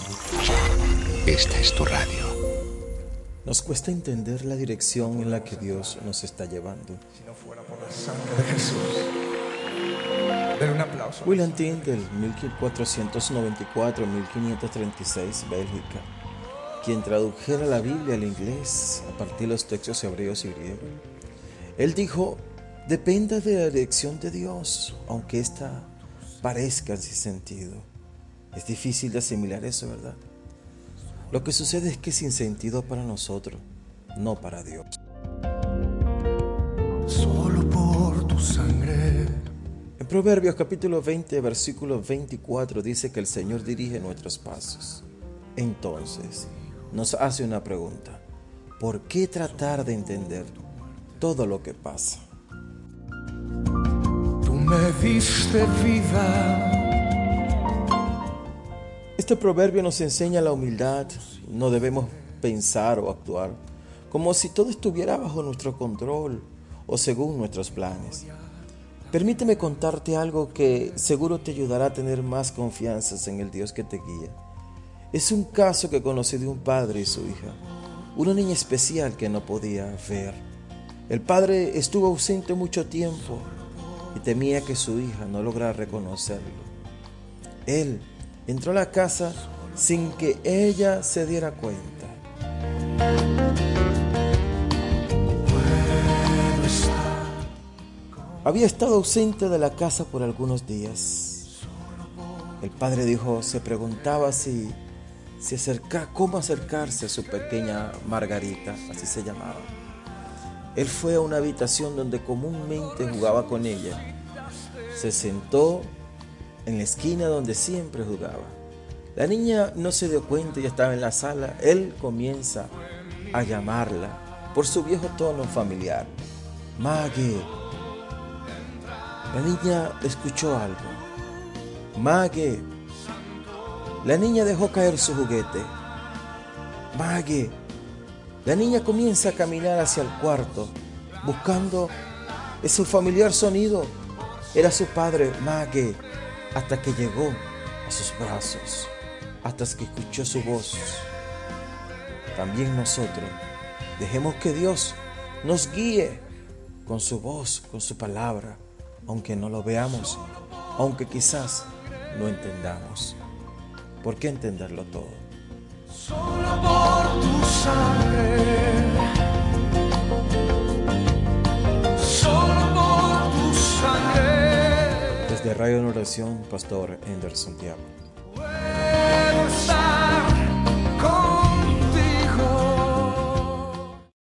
Esta es tu radio. Nos cuesta entender la dirección en la que Dios nos está llevando. Si no fuera por la sangre de Jesús. Denle un aplauso. William Tyndale, 1494-1536, Bélgica, quien tradujera la Biblia al inglés a partir de los textos hebreos y griegos. Él dijo: dependa de la dirección de Dios, aunque ésta parezca sin sentido. Es difícil de asimilar eso, ¿verdad? Lo que sucede es que es sin sentido para nosotros, no para Dios. Solo por tu sangre. En Proverbios capítulo 20, versículo 24 dice que el Señor dirige nuestros pasos. Entonces, nos hace una pregunta: ¿por qué tratar de entender todo lo que pasa? Tú me diste vida. Este proverbio nos enseña la humildad. No debemos pensar o actuar como si todo estuviera bajo nuestro control o según nuestros planes. Permíteme contarte algo que seguro te ayudará a tener más confianza en el Dios que te guía. Es un caso que conocí de un padre y su hija, una niña especial que no podía ver. El padre estuvo ausente mucho tiempo y temía que su hija no lograra reconocerlo. Él entró a la casa sin que ella se diera cuenta. Había estado ausente de la casa por algunos días. El padre se preguntaba cómo acercarse a su pequeña Margarita, así se llamaba. Él fue a una habitación donde comúnmente jugaba con ella. Se sentó en la esquina donde siempre jugaba. La niña no se dio cuenta y estaba en la sala. Él comienza a llamarla por su viejo tono familiar: Maggie. La niña escuchó algo. Maggie. La niña dejó caer su juguete. Maggie. La niña comienza a caminar hacia el cuarto, buscando ese familiar sonido. Era su padre, Maggie, hasta que llegó a sus brazos, hasta que escuchó su voz. También nosotros dejemos que Dios nos guíe con su voz, con su palabra, aunque no lo veamos, aunque quizás no entendamos. ¿Por qué entenderlo todo? Solo por tu sangre. Solo por tu sangre. Desde Radio en Oración, Pastor Anderson Tiago. Puedo estar